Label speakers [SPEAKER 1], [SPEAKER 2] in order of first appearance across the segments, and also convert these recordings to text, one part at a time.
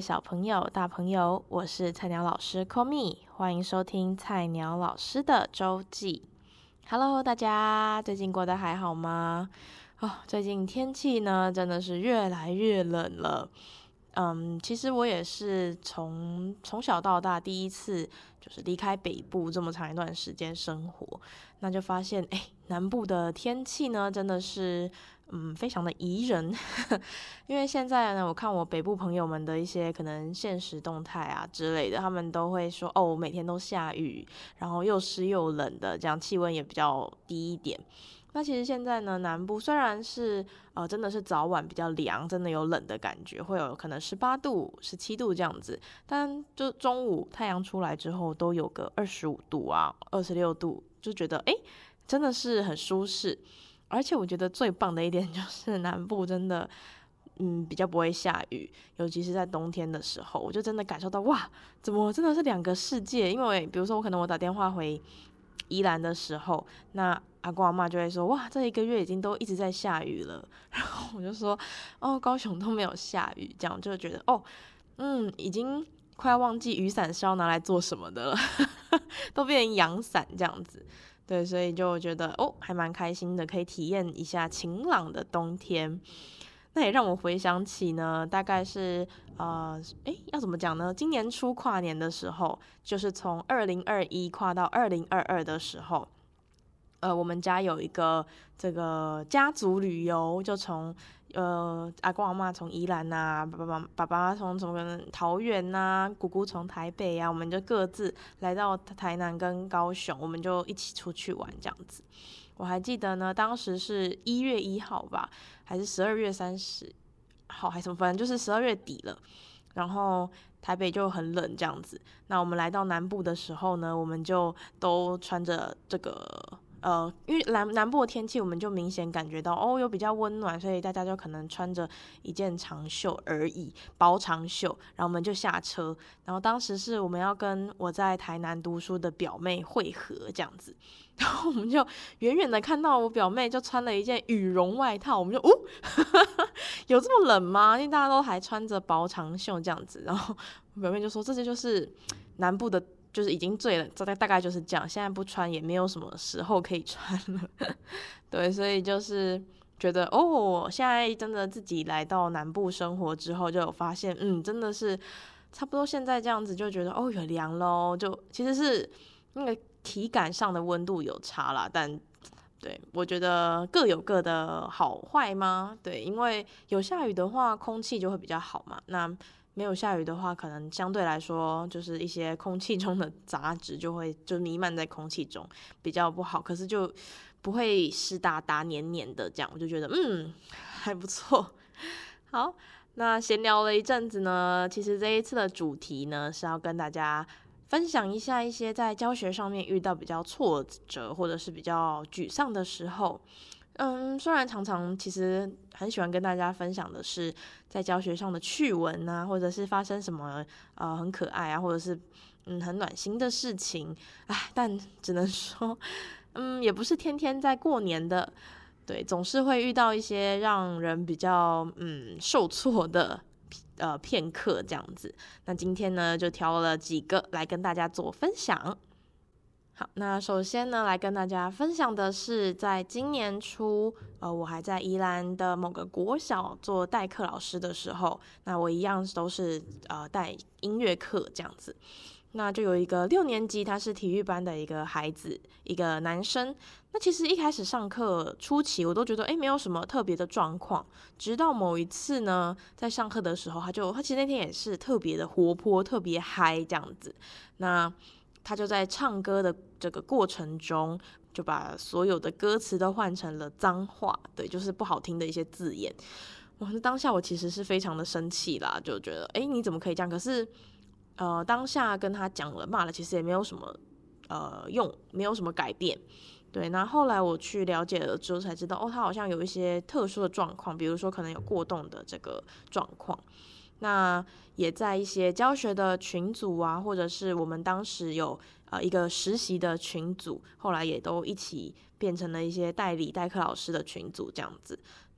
[SPEAKER 1] 小朋友、大朋友，我是菜鸟老师 Komi， 欢迎收听菜鸟老师的周记。Hello， 大家最近过得还好吗？最近天气呢真的是越来越冷了。其实我也是从小到大第一次就是离开北部这么长一段时间生活，那就发现南部的天气呢真的是非常的宜人。因为现在呢，我看我北部朋友们的一些可能现实动态啊之类的，他们都会说每天都下雨，然后又湿又冷的，这样气温也比较低一点。那其实现在呢，南部虽然是真的是早晚比较凉，真的有冷的感觉，会有可能18度、17度这样子，但就中午太阳出来之后，都有个25度啊、26度，就觉得真的是很舒适。而且我觉得最棒的一点就是南部真的比较不会下雨，尤其是在冬天的时候，我就真的感受到哇，怎么真的是两个世界。因为比如说我打电话回宜兰的时候，那阿公阿嬷就会说哇，这1个月已经都一直在下雨了，然后我就说高雄都没有下雨，这样就觉得已经快要忘记雨伞是要拿来做什么的了都变成阳伞这样子。对，所以就觉得还蛮开心的，可以体验一下晴朗的冬天。那也让我回想起呢，大概是要怎么讲呢？今年初跨年的时候，就是从2021跨到2022的时候，我们家有一个这个家族旅游，就从阿公阿嬷从宜兰啊，爸爸从什么桃园啊，姑姑从台北啊，我们就各自来到台南跟高雄，我们就一起出去玩这样子。我还记得呢，当时是1月1号吧，还是12月30号，还是什么，反正就是12月底了。然后台北就很冷这样子。那我们来到南部的时候呢，我们就都穿着这个因为南部的天气，我们就明显感觉到有比较温暖，所以大家就可能穿着一件长袖而已，薄长袖，然后我们就下车。然后当时是我们要跟我在台南读书的表妹会合这样子，然后我们就远远的看到我表妹就穿了一件羽绒外套，我们就有这么冷吗？因为大家都还穿着薄长袖这样子，然后我表妹就说这就是南部的，就是已经醉了，大概就是这样，现在不穿也没有什么时候可以穿了对，所以就是觉得现在真的自己来到南部生活之后，就有发现真的是差不多现在这样子，就觉得有凉咯，就其实是那个体感上的温度有差啦，但对，我觉得各有各的好坏吗？对，因为有下雨的话，空气就会比较好嘛。那没有下雨的话，可能相对来说，就是一些空气中的杂质就弥漫在空气中，比较不好。可是就不会湿哒哒、黏黏的这样，我就觉得还不错。好，那闲聊了一阵子呢，其实这一次的主题呢是要跟大家分享一下一些在教学上面遇到比较挫折或者是比较沮丧的时候。虽然常常其实很喜欢跟大家分享的是在教学上的趣闻啊，或者是发生什么很可爱啊，或者是很暖心的事情，但只能说也不是天天在过年的，对，总是会遇到一些让人比较受挫的片刻这样子。那今天呢就挑了几个来跟大家做分享。好，那首先呢，来跟大家分享的是，在今年初，我还在宜兰的某个国小做代课老师的时候，那我一样都是带音乐课这样子。那就有一个6年级，他是体育班的一个孩子，一个男生。那其实一开始上课初期，我都觉得没有什么特别的状况，直到某一次呢，在上课的时候，他其实那天也是特别的活泼，特别嗨这样子。那他就在唱歌的这个过程中，就把所有的歌词都换成了脏话，对，就是不好听的一些字眼。那当下我其实是非常的生气啦，就觉得你怎么可以这样？可是当下跟他讲了骂了，其实也没有什么用，没有什么改变。对，那后来我去了解了之后才知道，他好像有一些特殊的状况，比如说可能有过动的这个状况。那也在一些教学的群组啊，或者是我们当时有一个实习的群组，后来也都一起变成了一些代课老师的群组这样子。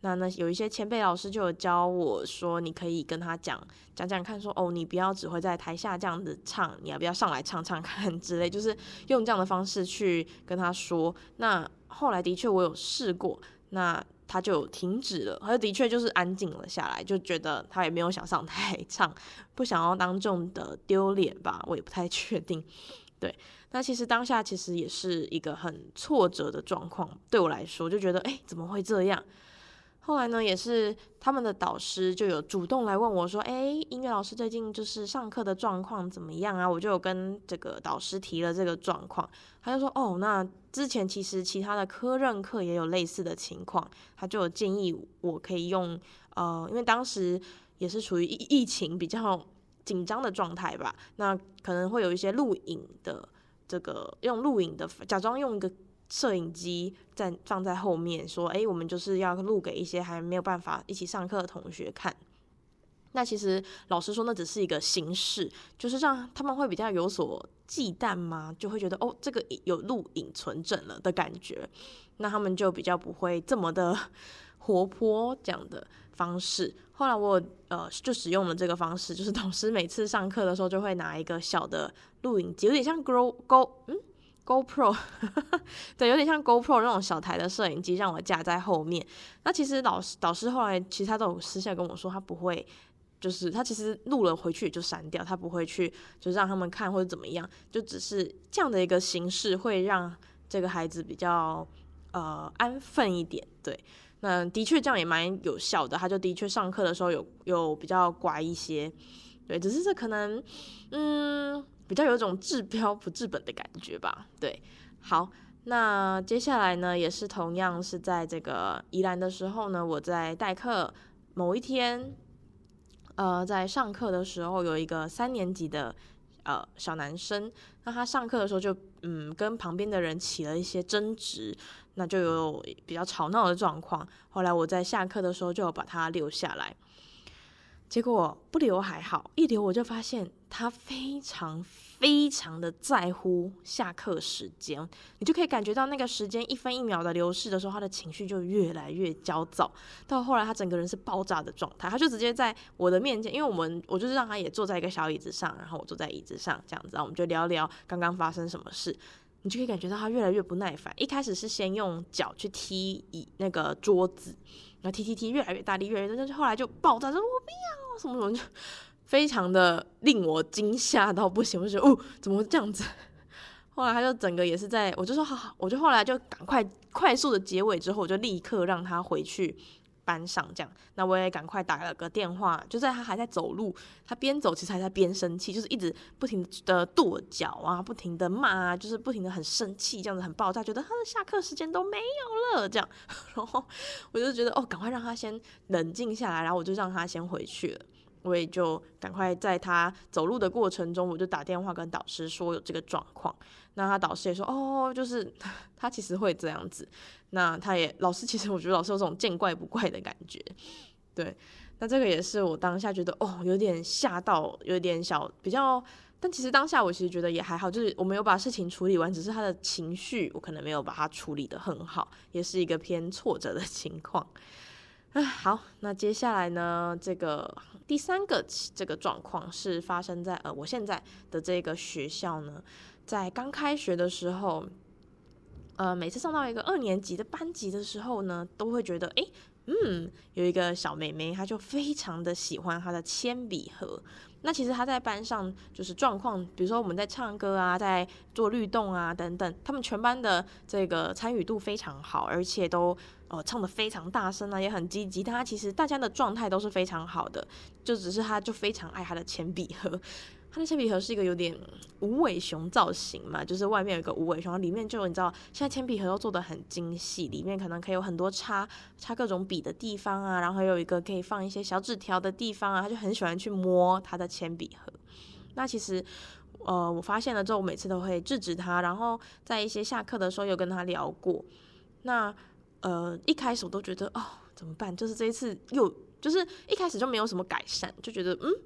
[SPEAKER 1] 那有一些前辈老师就有教我说，你可以跟他讲看说，你不要只会在台下这样子唱，你要不要上来唱唱看之类，就是用这样的方式去跟他说。那后来的确我有试过，那他就停止了，他就的确就是安静了下来，就觉得他也没有想上台唱，不想要当众的丢脸吧，我也不太确定。对，那其实当下其实也是一个很挫折的状况，对我来说就觉得怎么会这样？后来呢，也是他们的导师就有主动来问我说，音乐老师最近就是上课的状况怎么样啊？我就有跟这个导师提了这个状况，他就说，那之前其实其他的科任课也有类似的情况，他就有建议我可以用，因为当时也是处于疫情比较紧张的状态吧，那可能会有一些录影的这个用录影的，假装用一个摄影机放在后面说，我们就是要录给一些还没有办法一起上课的同学看。那其实老师说那只是一个形式，就是让他们会比较有所忌惮嘛，就会觉得这个有录影存证了的感觉，那他们就比较不会这么的活泼这样的方式。后来我就使用了这个方式，就是导师每次上课的时候就会拿一个小的录影机，有点像GoPro 对，有点像 GoPro 那种小台的摄影机，让我架在后面。那其实导师后来其实他都有私下跟我说，他不会，就是他其实录了回去就删掉，他不会去就是让他们看或者怎么样，就只是这样的一个形式会让这个孩子比较安分一点。对，那的确这样也蛮有效的，他就的确上课的时候有比较乖一些。对，只是这可能比较有一种治标不治本的感觉吧。对，好，那接下来呢，也是同样是在这个宜兰的时候呢，我在代课某一天，在上课的时候，有一个3年级的小男生，那他上课的时候就跟旁边的人起了一些争执，那就有比较吵闹的状况。后来我在下课的时候就有把他留下来。结果不留还好，一留我就发现他非常非常的在乎下课时间，你就可以感觉到那个时间1分1秒的流逝的时候，他的情绪就越来越焦躁，到后来他整个人是爆炸的状态，他就直接在我的面前，因为我就是让他也坐在一个小椅子上，然后我坐在椅子上这样子，然后我们就聊聊刚刚发生什么事。你就可以感觉到他越来越不耐烦，一开始是先用脚去踢那个桌子，然后踢越来越大力，越来越大力，后来就爆炸说我不要什么什么，就非常的令我惊吓到不行，我就觉得怎么会这样子？后来他就整个也是我就说好，我就后来就赶快速的结尾之后，我就立刻让他回去班上这样，那我也赶快打了个电话，就在他还在走路，他边走其实还在边生气，就是一直不停的跺脚啊，不停的骂啊，就是不停的很生气，这样子很爆炸，觉得他的下课时间都没有了这样，然后我就觉得赶快让他先冷静下来，然后我就让他先回去了。我也就赶快在他走路的过程中，我就打电话跟导师说有这个状况。那他导师也说就是他其实会这样子。那老师其实我觉得老师有这种见怪不怪的感觉。对，那这个也是我当下觉得有点吓到，有点比较，但其实当下我其实觉得也还好，就是我没有把事情处理完，只是他的情绪我可能没有把它处理得很好，也是一个偏挫折的情况。好，那接下来呢，这个第3个这个状况是发生在我现在的这个学校呢，在刚开学的时候，每次上到一个2年级的班级的时候呢，都会觉得有一个小妹妹，她就非常的喜欢她的铅笔盒。那其实她在班上就是状况，比如说我们在唱歌啊，在做律动啊等等，他们全班的这个参与度非常好，而且都唱得非常大声啊，也很积极。但她其实大家的状态都是非常好的，就只是她就非常爱她的铅笔盒。它的铅笔盒是一个有点无尾熊造型嘛，就是外面有一个无尾熊，里面就你知道现在铅笔盒都做得很精细，里面可能可以有很多插各种笔的地方啊，然后还有一个可以放一些小纸条的地方啊，他就很喜欢去摸他的铅笔盒。那其实我发现了之后，我每次都会制止他，然后在一些下课的时候有跟他聊过。那一开始我都觉得怎么办，就是这一次就是一开始就没有什么改善，就觉得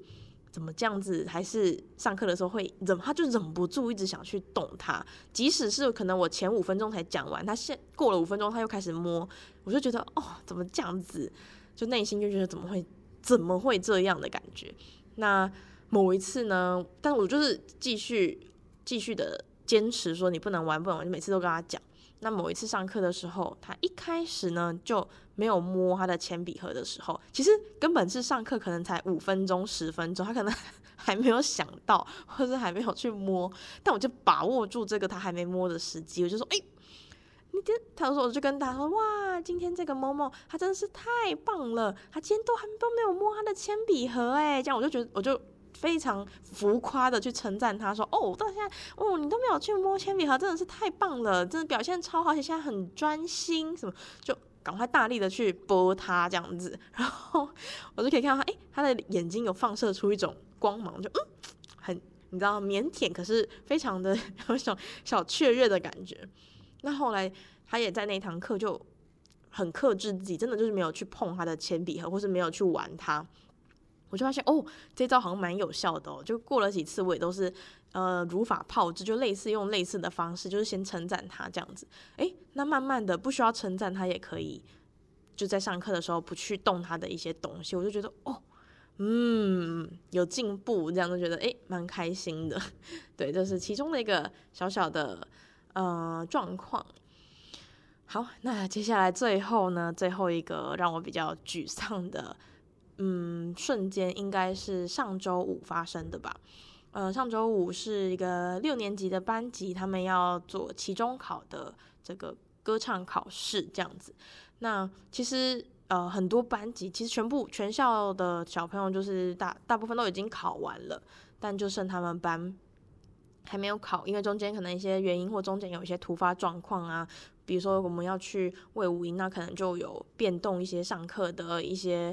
[SPEAKER 1] 怎么这样子，还是上课的时候他就忍不住一直想去动它，即使是可能我前5分钟才讲完，他过了5分钟他又开始摸，我就觉得怎么这样子，就内心就觉得怎么会这样的感觉。那某一次呢，但我就是继续的坚持说你不能玩，就每次都跟他讲。那某一次上课的时候，他一开始呢就没有摸他的铅笔盒的时候，其实根本是上课可能才5分钟10分钟，他可能还没有想到，或者还没有去摸，但我就把握住这个他还没摸的时机，我就说我就跟他说，哇，今天这个某某他真的是太棒了，他今天都没有摸他的铅笔盒这样我就觉得我就非常浮夸的去称赞他说，到现在你都没有去摸铅笔盒，真的是太棒了，真的表现超好，而且现在很专心，什么就赶快大力的去拨他这样子，然后我就可以看到他的眼睛有放射出一种光芒，就很你知道腼腆，可是非常的有一种小雀跃的感觉。那后来他也在那堂课就很克制自己，真的就是没有去碰他的铅笔盒，或是没有去玩它。我就发现这招好像蛮有效的就过了几次我也都是如法炮制，就用类似的方式，就是先称赞他这样子。那慢慢的不需要称赞他也可以，就在上课的时候不去动他的一些东西，我就觉得有进步，这样就觉得蛮开心的。对，这是其中的一个小小的状况。好，那接下来最后一个让我比较沮丧的瞬间应该是上周五发生的吧。上周五是一个6年级的班级，他们要做期中考的这个歌唱考试这样子。那其实很多班级其实全校的小朋友就是大部分都已经考完了，但就剩他们班还没有考，因为中间可能一些原因或中间有一些突发状况啊，比如说我们要去卫武营，那可能就有变动一些上课的一些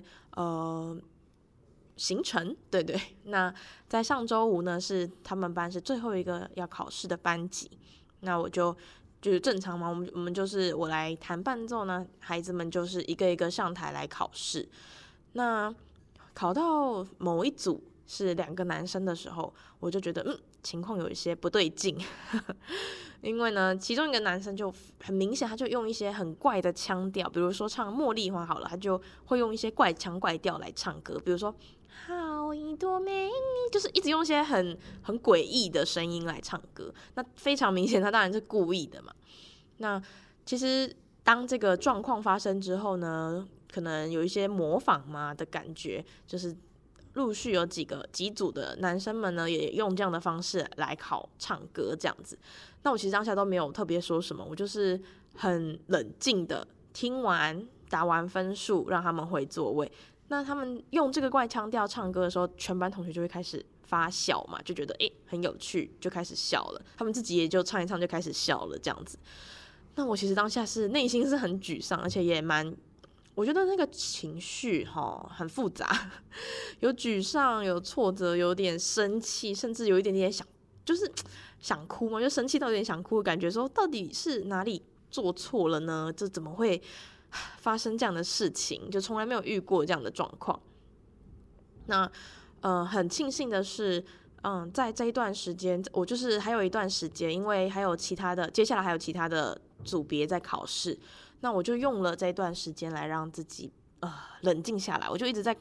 [SPEAKER 1] 行程，对。那在上周五呢，是他们班是最后一个要考试的班级，那我就是正常嘛，我们就是我来弹伴奏呢，孩子们就是一个一个上台来考试。那考到某一组是2个男生的时候，我就觉得情况有一些不对劲因为呢其中一个男生就很明显，他就用一些很怪的腔调，比如说唱茉莉花好了，他就会用一些怪腔怪调来唱歌，比如说好一朵美丽，就是一直用一些很诡异的声音来唱歌，那非常明显他当然是故意的嘛。那其实当这个状况发生之后呢，可能有一些模仿嘛的感觉，就是陆续有几组的男生们呢，也用这样的方式来考唱歌这样子。那我其实当下都没有特别说什么，我就是很冷静的听完打完分数，让他们回座位。那他们用这个怪腔调唱歌的时候，全班同学就会开始发笑嘛，就觉得很有趣，就开始笑了。他们自己也就唱一唱就开始笑了这样子。那我其实当下是内心是很沮丧，而且也我觉得那个情绪很复杂，有沮丧，有挫折，有点生气，甚至有一点点想哭嘛，就生气到有点想哭的感觉，说到底是哪里做错了呢？这怎么会发生这样的事情？就从来没有遇过这样的状况。那很庆幸的是，在这一段时间，我就是还有一段时间，因为接下来还有其他的组别在考试，那我就用了这一段时间来让自己冷静下来。我就一直在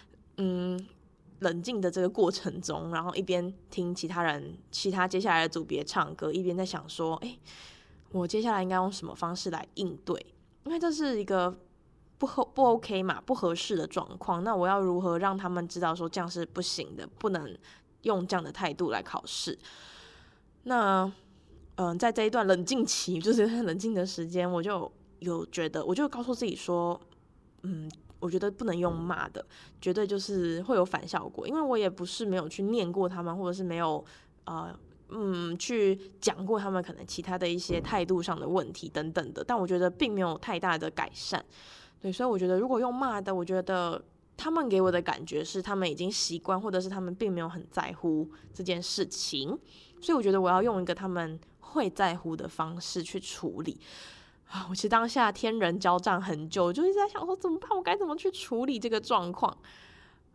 [SPEAKER 1] 冷静的这个过程中，然后一边听其他接下来的组别唱歌，一边在想说，我接下来应该用什么方式来应对？因为这是一个不 OK 嘛，不合适的状况。那我要如何让他们知道说这样是不行的，不能用这样的态度来考试？那在这一段冷静期，就是很冷静的时间，我就告诉自己说，我觉得不能用骂的，绝对就是会有反效果。因为我也不是没有去念过他们，或者是没有去讲过他们可能其他的一些态度上的问题等等的，但我觉得并没有太大的改善。对，所以我觉得如果用骂的，我觉得他们给我的感觉是他们已经习惯，或者是他们并没有很在乎这件事情，所以我觉得我要用一个他们会在乎的方式去处理。我其实当下天人交战很久，就一直在想说怎么办，我该怎么去处理这个状况。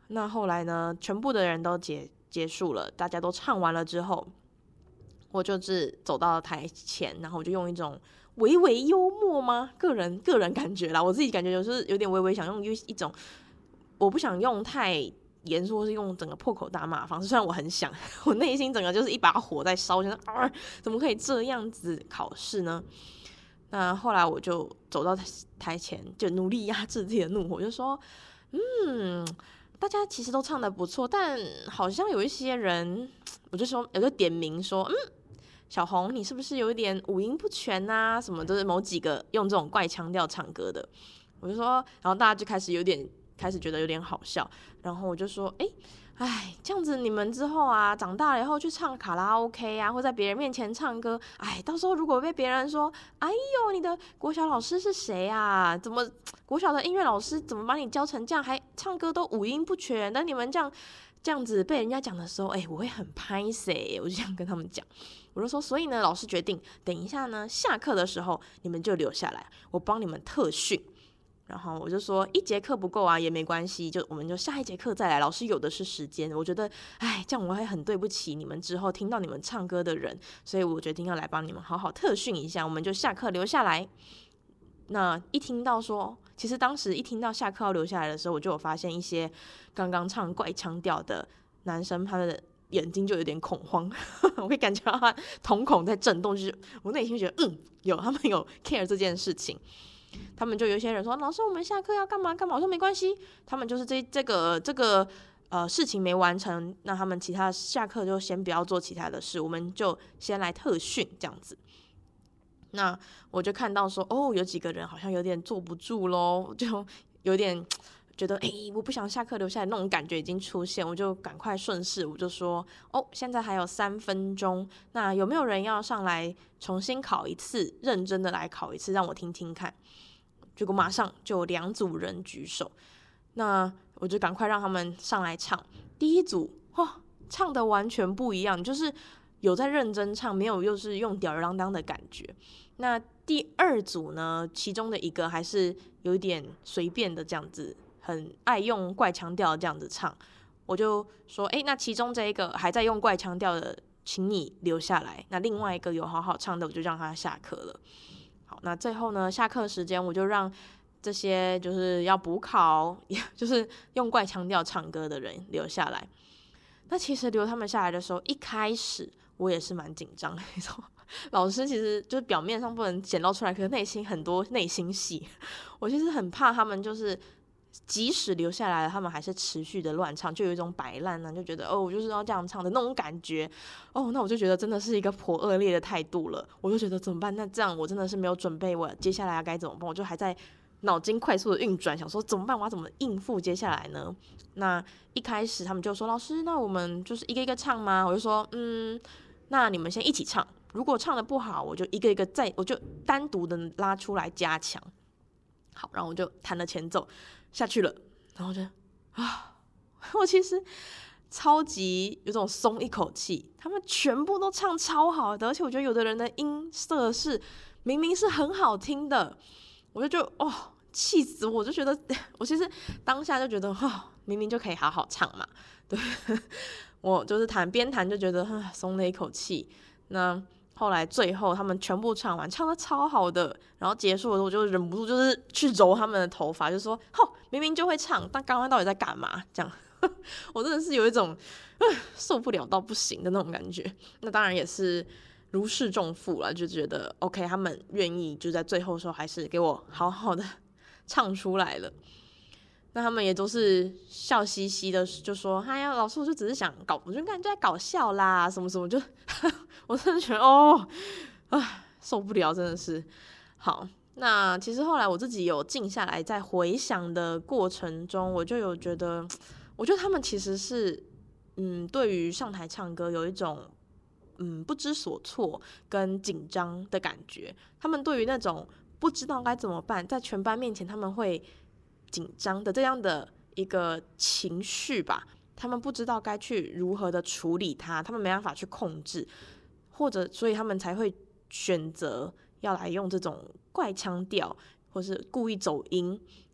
[SPEAKER 1] 那后来呢，全部的人都结束了，大家都唱完了之后，我就是走到台前，然后我就用一种微微幽默吗？个人感觉啦，我自己感觉就是有点微微想用一种，我不想用太严肃，或是用整个破口大骂的方式。虽然我很想，我内心整个就是一把火在烧，就是怎么可以这样子考试呢？那后来我就走到台前，就努力压制自己的怒火，就说，大家其实都唱得不错，但好像有一些人，我就点名说，小红，你是不是有一点五音不全啊？什么就是某几个用这种怪腔调唱歌的，我就说，然后大家就开始觉得有点好笑，然后我就说，这样子你们之后啊，长大了以后去唱卡拉 OK 啊，或在别人面前唱歌，到时候如果被别人说，哎呦，你的国小老师是谁啊？怎么国小的音乐老师怎么把你教成这样，还唱歌都五音不全？等你们这样子被人家讲的时候，我会很拍谁，我就这样跟他们讲。我就说，所以呢，老师决定等一下呢，下课的时候你们就留下来，我帮你们特训。然后我就说1节课不够啊，也没关系，我们就下一节课再来，老师有的是时间。我觉得，这样我会很对不起你们之后听到你们唱歌的人，所以我决定要来帮你们好好特训一下，我们就下课留下来。那一听到说，其实当时一听到下课要留下来的时候，我就有发现一些刚刚唱怪腔调的男生，他的眼睛就有点恐慌，我会感觉到他瞳孔在震动，就是我内心觉得，他们有 care 这件事情。他们就有些人说，老师我们下课要干嘛干嘛，我说没关系，他们就是这个事情没完成，那他们其他下课就先不要做其他的事，我们就先来特训这样子。那我就看到说，有几个人好像有点坐不住咯，就有点觉得我不想下课留下来那种感觉已经出现，我就赶快顺势，我就说现在还有3分钟，那有没有人要上来重新考一次，认真的来考一次，让我听听看。结果马上就有2组人举手，那我就赶快让他们上来唱。第一组唱的完全不一样，就是有在认真唱，没有又是用吊儿郎当的感觉。那第2组呢，其中的一个还是有一点随便的这样子，很爱用怪腔调这样子唱。我就说那其中这一个还在用怪腔调的，请你留下来，那另外一个有好好唱的，我就让他下课了。好，那最后呢，下课时间我就让这些就是要补考，就是用怪腔调唱歌的人留下来。那其实留他们下来的时候，一开始我也是蛮紧张的，老师其实就是表面上不能显露出来，可是内心很多内心戏。我其实很怕他们就是即使留下来了，他们还是持续的乱唱，就有一种摆烂就觉得我就是要这样唱的那种感觉。那我就觉得真的是一个颇恶劣的态度了。我就觉得怎么办？那这样我真的是没有准备，我接下来该怎么办？我就还在脑筋快速的运转，想说怎么办？我要怎么应付接下来呢？那一开始他们就说，老师，那我们就是一个一个唱吗？我就说那你们先一起唱，如果唱的不好，我就一个一个我就单独的拉出来加强。好，然后我就弹了前奏下去了，然后就我其实超级有种松一口气，他们全部都唱超好的，而且我觉得有的人的音色是明明是很好听的，我就气死我，就觉得我其实当下就觉得明明就可以好好唱嘛，对，我就是边弹就觉得松了一口气。那后来最后他们全部唱完，唱得超好的，然后结束的时候我就忍不住就是去揉他们的头发，就说明明就会唱，但刚刚到底在干嘛？这样我真的是有一种受不了到不行的那种感觉。那当然也是如释重负了，就觉得 OK， 他们愿意就在最后的时候还是给我好好的唱出来了。那他们也都是笑嘻嘻的，就说老师我就只是想我就感觉在搞笑啦什么什么，就我真的觉得受不了，真的是。好，那其实后来我自己有静下来在回想的过程中，我就有觉得，我觉得他们其实是对于上台唱歌有一种不知所措跟紧张的感觉。他们对于那种不知道该怎么办，在全班面前他们会紧张的这样的一个情绪吧，他们不知道该去如何的处理它，他们没办法去控制，或者所以他们才会选择要来用这种怪腔调或是故意走音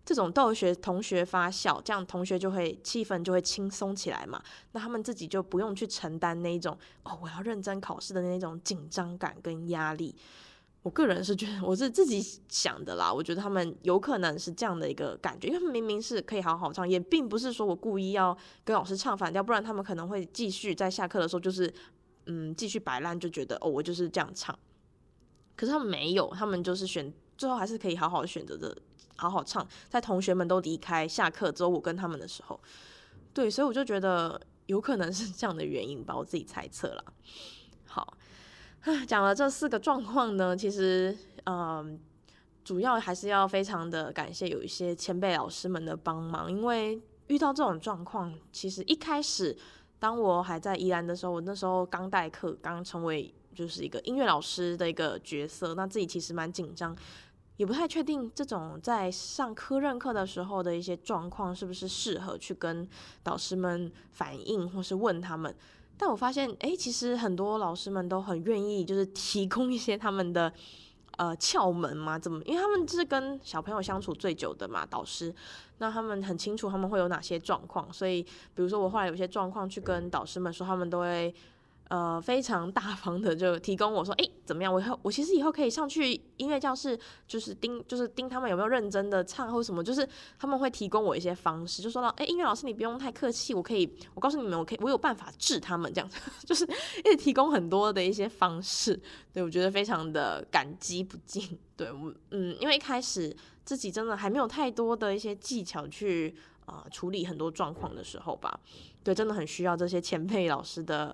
[SPEAKER 1] 这种逗同学发笑，这样同学就会气氛就会轻松起来嘛，那他们自己就不用去承担那一种我要认真考试的那种紧张感跟压力。我个人是觉得，我是自己想的啦，我觉得他们有可能是这样的一个感觉，因为他们明明是可以好好唱，也并不是说我故意要跟老师唱反调，不然他们可能会继续在下课的时候就是继续摆烂，就觉得我就是这样唱。可是他们没有，他们就是最后还是可以好好选择的好好唱，在同学们都离开下课之后，我跟他们的时候，对，所以我就觉得有可能是这样的原因吧，我自己猜测啦。好，讲了这4个状况呢，其实主要还是要非常的感谢有一些前辈老师们的帮忙，因为遇到这种状况，其实一开始当我还在宜兰的时候，我那时候刚代课，刚成为就是一个音乐老师的一个角色，那自己其实蛮紧张，也不太确定这种在上科任课的时候的一些状况是不是适合去跟导师们反映或是问他们。但我发现其实很多老师们都很愿意就是提供一些他们的窍门嘛，因为他们是跟小朋友相处最久的嘛，导师，那他们很清楚他们会有哪些状况，所以比如说我后来有些状况去跟导师们说，他们都会非常大方的就提供我说怎么样，我其实以后可以上去音乐教室，就是盯他们有没有认真的唱或什么，就是他们会提供我一些方式，就说到音乐老师你不用太客气，我告诉你们我有办法治他们这样就是一直提供很多的一些方式，对，我觉得非常的感激不尽。对，因为一开始自己真的还没有太多的一些技巧去处理很多状况的时候吧，对，真的很需要这些前辈老师的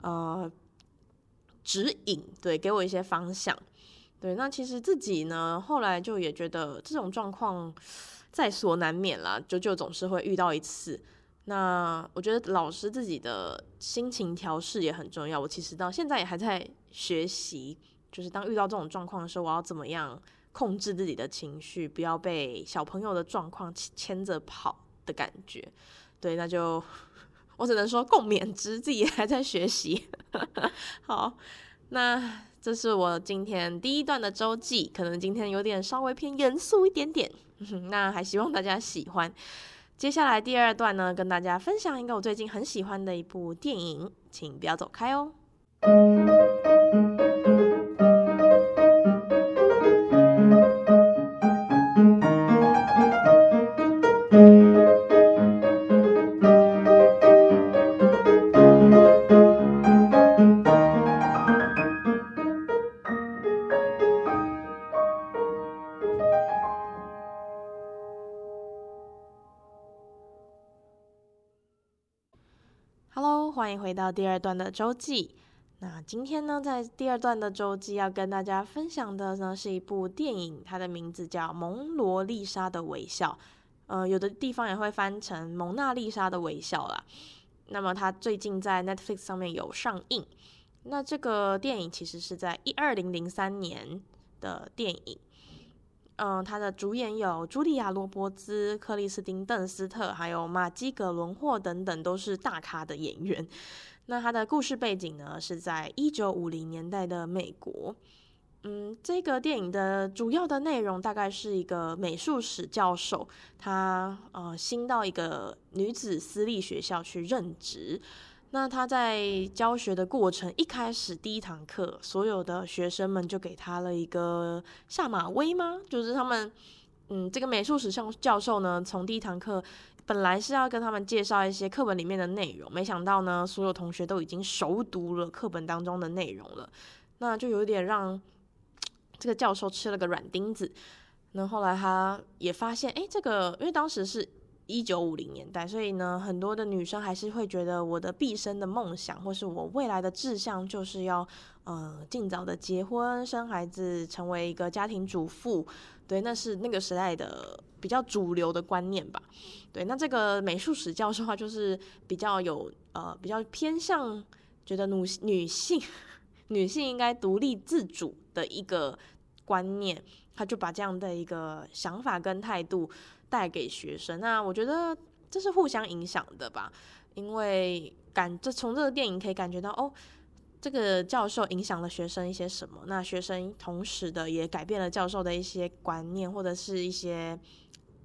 [SPEAKER 1] 指引，对，给我一些方向。对，那其实自己呢，后来就也觉得这种状况在所难免啦，就总是会遇到一次。那我觉得老师自己的心情调试也很重要，我其实到现在也还在学习，就是当遇到这种状况的时候，我要怎么样控制自己的情绪，不要被小朋友的状况牵着跑的感觉。对，那就我只能说共勉之，自己也还在学习。好，那这是我今天第一段的周记，可能今天有点稍微偏严肃一点点，那还希望大家喜欢。接下来第2段呢，跟大家分享一个我最近很喜欢的一部电影，请不要走开哦。Hello， 欢迎回到第2段的周记。那今天呢，在第2段的周记要跟大家分享的呢，是一部电影，它的名字叫《蒙罗丽莎的微笑》。有的地方也会翻成《蒙娜丽莎的微笑》啦。那么它最近在 Netflix 上面有上映。那这个电影其实是在2003年的电影。他的主演有茱莉亚·罗伯兹、克里斯汀·邓斯特，还有马基·葛伦霍等等，都是大咖的演员。那他的故事背景呢，是在1950年代的美国。这个电影的主要的内容大概是一个美术史教授，他新到一个女子私立学校去任职。那他在教学的过程，一开始第1堂课，所有的学生们就给他了一个下马威吗？就是他们，这个美术史教授呢，从第1堂课本来是要跟他们介绍一些课本里面的内容，没想到呢，所有同学都已经熟读了课本当中的内容了，那就有点让这个教授吃了个软钉子。那后来他也发现，这个因为当时是1950年代，所以呢，很多的女生还是会觉得我的毕生的梦想，或是我未来的志向，就是要尽早的结婚、生孩子，成为一个家庭主妇。对，那是那个时代的比较主流的观念吧。对，那这个美术史教授他就是比较偏向觉得女性应该独立自主的一个观念，他就把这样的一个想法跟态度带给学生。那我觉得这是互相影响的吧，因为从这个电影可以感觉到这个教授影响了学生一些什么，那学生同时的也改变了教授的一些观念，或者是一些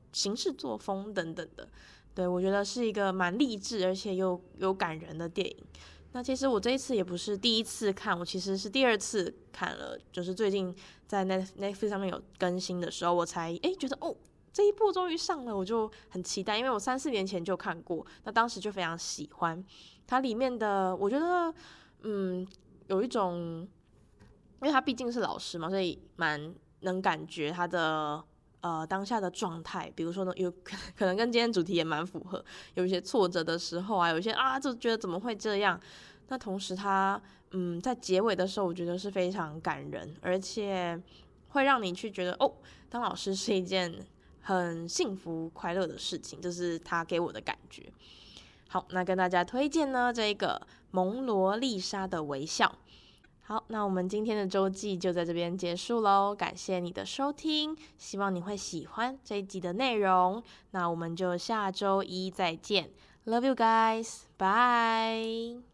[SPEAKER 1] 行事作风等等的。对，我觉得是一个蛮励志而且又有感人的电影。那其实我这一次也不是第一次看，我其实是第二次看了，就是最近在 Netflix 上面有更新的时候，我才觉得这一部终于上了，我就很期待，因为我3-4年前就看过，那当时就非常喜欢它里面的，我觉得有一种，因为他毕竟是老师嘛，所以蛮能感觉他的当下的状态，比如说呢，可能跟今天主题也蛮符合，有一些挫折的时候啊，有一些就觉得怎么会这样。那同时他在结尾的时候，我觉得是非常感人，而且会让你去觉得当老师是一件很幸福快乐的事情，这是他给我的感觉。好，那跟大家推荐呢这个蒙罗丽莎的微笑。好，那我们今天的周记就在这边结束咯，感谢你的收听，希望你会喜欢这一集的内容。那我们就下周一再见， Love you guys， bye。